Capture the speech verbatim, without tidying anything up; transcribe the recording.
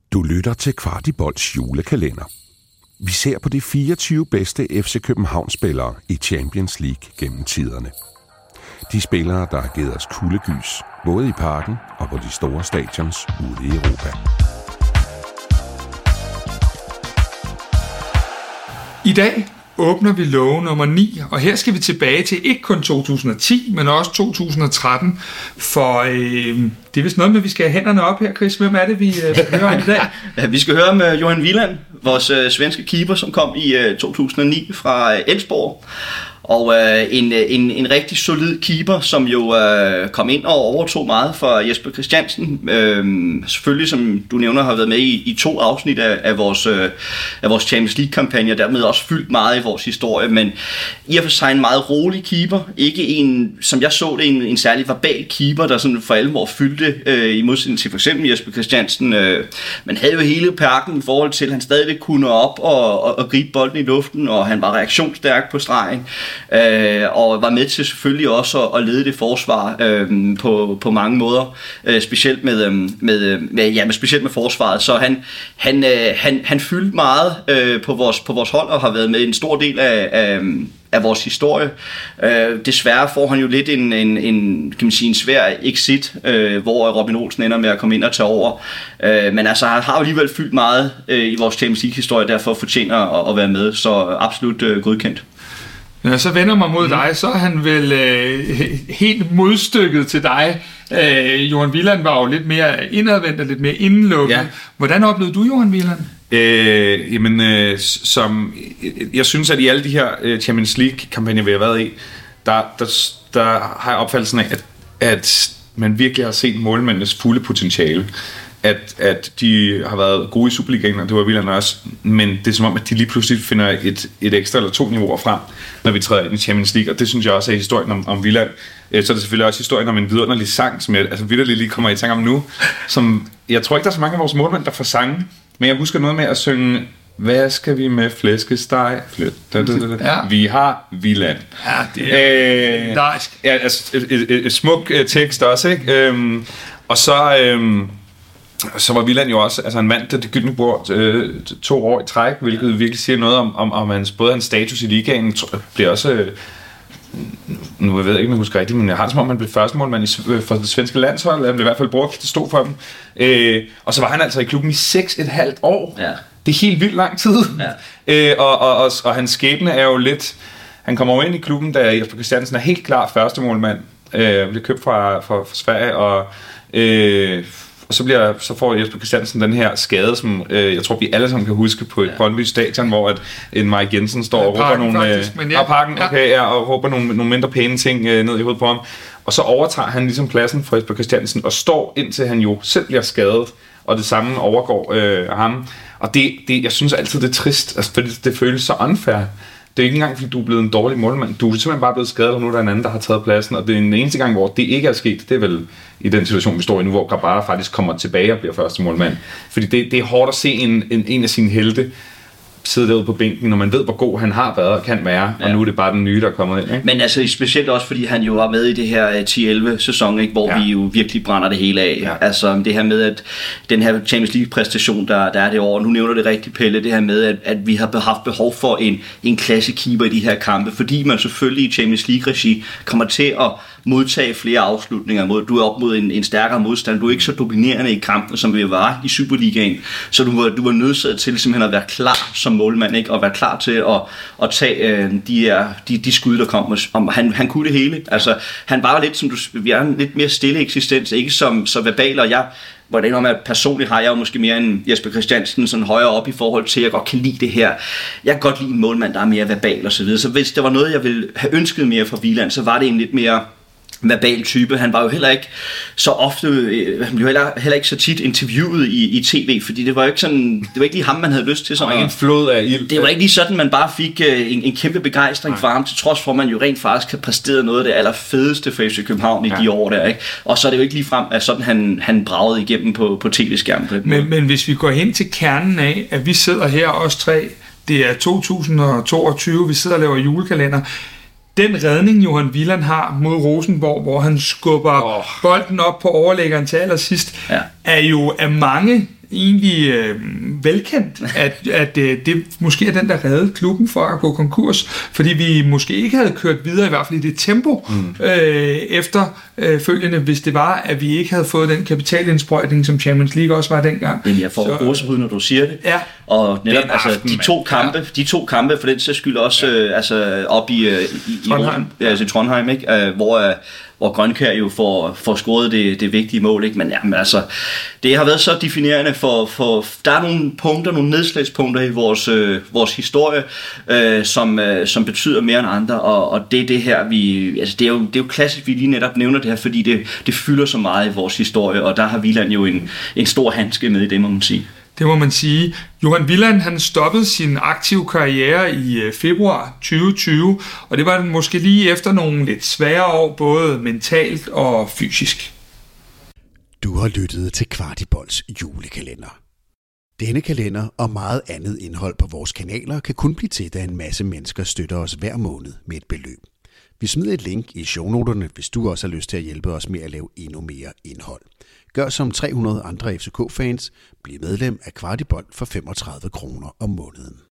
Du lytter til Kvartibolds julekalender. Vi ser på de fireogtyve bedste F C København-spillere i Champions League gennem tiderne. De spillere, der har givet os kuldegys, både i parken og på de store stadions ude i Europa. I dag åbner vi låge nummer ni, og her skal vi tilbage til ikke kun to tusind og ti, men også to tusind og tretten, for øh, det er vist noget med, at vi skal have hænderne op her, Chris. Hvem er det, vi øh, skal høre om i dag? Ja, vi skal høre om uh, Johan Wieland, vores uh, svenske keeper, som kom i uh, to tusind og ni fra uh, Elfsborg. Og øh, en, en, en rigtig solid keeper, som jo øh, kom ind og overtog meget for Jesper Christiansen. Øh, selvfølgelig, som du nævner, har været med i, i to afsnit af, af, vores, øh, af vores Champions League-kampagne, og dermed også fyldt meget i vores historie. Men i og for sig en meget rolig keeper. Ikke en, som jeg så det, en, en særlig verbal keeper, der sådan for alvor fyldte, øh, i modsætning til for eksempel Jesper Christiansen. Øh, man havde jo hele perken i forhold til, at han stadig kunne op og, og, og gribe bolden i luften, og han var reaktionsstærk på stregen. Øh, og var med til selvfølgelig også at, at lede det forsvar øh, på, på mange måder, øh, specielt med, med, med ja, med specielt med forsvaret. Så han han øh, han han fyldte meget øh, på vores på vores hold og har været med en stor del af, af af vores historie. Øh, desværre får han jo lidt en, en, en, kan man sige, en svær exit, øh, hvor Robin Olsen ender med at komme ind og tage over. Øh, men altså, han har jo alligevel fyldt meget øh, i vores Champions League-historie, derfor fortjener at, at være med, så absolut øh, godkendt. Når jeg så vender mig mod mm. dig, så er han vel øh, helt modstykket til dig. Øh, Johan Wieland var jo lidt mere indadvendt og lidt mere indelukket. Ja. Hvordan oplevede du Johan Wieland? Øh, jamen, øh, som jeg synes, at i alle de her øh, Champions League-kampagner, vi har været i, der, der, der har jeg opfattelsen af, at, at man virkelig har set målmændenes fulde potentiale. At, at de har været gode i Superligaen, og det var Wieland også, men det er som om, at de lige pludselig finder et, et ekstra eller to niveauer frem, når vi træder ind i Champions League, og det synes jeg også er historien om, om Wieland. Så er det selvfølgelig også historien om en vidunderlig sang, som jeg altså vitterligt lige kommer i tanke om nu, som jeg tror ikke, der er så mange af vores målmænd, der får sange, men jeg husker noget med at synge, hvad skal vi med flæskesteg? Ja. Vi har Wieland. Ja, det er øh, dejsk. Ja, altså et, et, et, et smuk tekst også, ikke? Øhm, og så... Øhm, Så var Wieland jo også altså en mand, der det gyldne bord øh, to år i træk, hvilket virkelig siger noget om, om, om hans, både hans status i ligaen, bliver også, øh, nu ved jeg ikke, om jeg husker rigtigt, men jeg har det som om, han blev første målmand i, for det svenske landshold, han blev i hvert fald brugt, det stod for dem, øh, og så var han altså i klubben i seks et halvt år. Ja. Det er helt vildt lang tid, ja. øh, og, og, og, og hans skæbne er jo lidt, han kommer jo ind i klubben, da Jesper Christiansen er helt klar første målmand, øh, blev købt fra, fra, fra Sverige, og øh, Og så, bliver, så får Jesper Christiansen den her skade, som øh, jeg tror, vi alle sammen kan huske på et ja. Brøndby Stadion, hvor at en Mike Jensen står ja, og råber nogle... Faktisk, øh, ja. parken, okay, ja, og råber nogle, nogle mindre pæne ting øh, ned i hovedet på ham. Og så overtager han ligesom pladsen for Jesper Christiansen, og står indtil han jo selv bliver skadet, og det samme overgår øh, ham. Og det, det, jeg synes altid, det er trist, altså, fordi det føles så unfair. Det er ikke engang, fordi du er blevet en dårlig målmand. Du er simpelthen bare blevet skadet, og nu er der en anden, der har taget pladsen. Og det er den eneste gang, hvor det ikke er sket. Det er vel i den situation, vi står i nu, hvor Grabara faktisk kommer tilbage og bliver første målmand. Fordi det, det er hårdt at se en, en, en af sine helte sidde derude på bænken, når man ved, hvor god han har været og kan være, ja. Og nu er det bare den nye, der er kommet ind. Ikke? Men altså specielt også, fordi han jo var med i det her ti elleve sæson, ikke, hvor ja. Vi jo virkelig brænder det hele af. Ja. Altså det her med, at den her Champions League-præstation, der, der er det år, nu nævner det rigtig, Pelle, det her med, at, at vi har haft behov for en, en klasse-keeper i de her kampe, fordi man selvfølgelig i Champions League-regi kommer til at modtage flere afslutninger. Du er op mod en, en stærkere modstand. Du er ikke så dominerende i kampen, som vi var i Superligaen. Så du var, du var nødsaget til simpelthen at være klar som målmand, ikke? Og være klar til at, at tage øh, de, de, de skud, der kom. Om, han, han kunne det hele. Altså, han var lidt, som du, vi er en lidt mere stille eksistens, ikke som så verbal, og jeg hvordan om at personligt har jeg jo måske mere end Jesper Christiansen sådan højere op i forhold til, at jeg godt kan lide det her. Jeg kan godt lide en målmand, der er mere verbal og så videre. Så hvis der var noget, jeg ville have ønsket mere fra Wieland, så var det en lidt mere verbal type. Han var jo heller ikke så ofte, han blev heller, heller ikke så tit interviewet i, i tv, fordi det var jo ikke sådan, det var ikke lige ham, man havde lyst til. Sådan, det var ikke en flod af ild. Det var ikke lige sådan, man bare fik uh, en, en kæmpe begejstring for ham, til trods for, at man jo rent faktisk har præsteret noget af det allerfedeste for F C København i ja. De år der, ikke? Og så er det jo ikke lige frem, at sådan han, han bragede igennem på, på tv-skærmen. Men, men hvis vi går hen til kernen af, at vi sidder her os tre, det er to tusind og toogtyve, vi sidder og laver julekalender. Den redning, Johan Wieland har mod Rosenborg, hvor han skubber oh. bolden op på overlæggeren til allersidst, ja. er jo af mange egentlig øh, velkendt, at, at øh, det måske er den, der reddede klubben for at gå konkurs, fordi vi måske ikke havde kørt videre, i hvert fald i det tempo, mm. øh, efter øh, følgende, hvis det var, at vi ikke havde fået den kapitalindsprøjtning, som Champions League også var dengang. Men jeg får gåsehud, når du siger det. Ja. Og netop Den altså, aften, de to kampe, ja. de to kampe for den sags skyld også ja. øh, altså, op i, øh, i, i Trondheim, ja, altså, i Trondheim ikke? Øh, hvor, øh, hvor Grønkjær jo får, får scoret det, det vigtige mål. Ikke? Men jamen, altså, det har været så definerende for, for der er nogle punkter, nogle nedslagspunkter i vores, øh, vores historie, øh, som, øh, som betyder mere end andre, og, og det er det her, vi, altså, det er jo, det er jo klassisk, vi lige netop nævner det her, fordi det, det fylder så meget i vores historie, og der har Wieland jo en, en stor handske med i det, må man sige. Det må man sige. Johan Wieland, han stoppede sin aktive karriere i februar tyve tyve, og det var måske lige efter nogle lidt svære år, både mentalt og fysisk. Du har lyttet til Kvartibolds julekalender. Denne kalender og meget andet indhold på vores kanaler kan kun blive til, da en masse mennesker støtter os hver måned med et beløb. Vi smider et link i shownoterne, hvis du også har lyst til at hjælpe os med at lave endnu mere indhold. Gør som tre hundrede andre F C K-fans. Bliv medlem af Kvartibold for femogtredive kroner om måneden.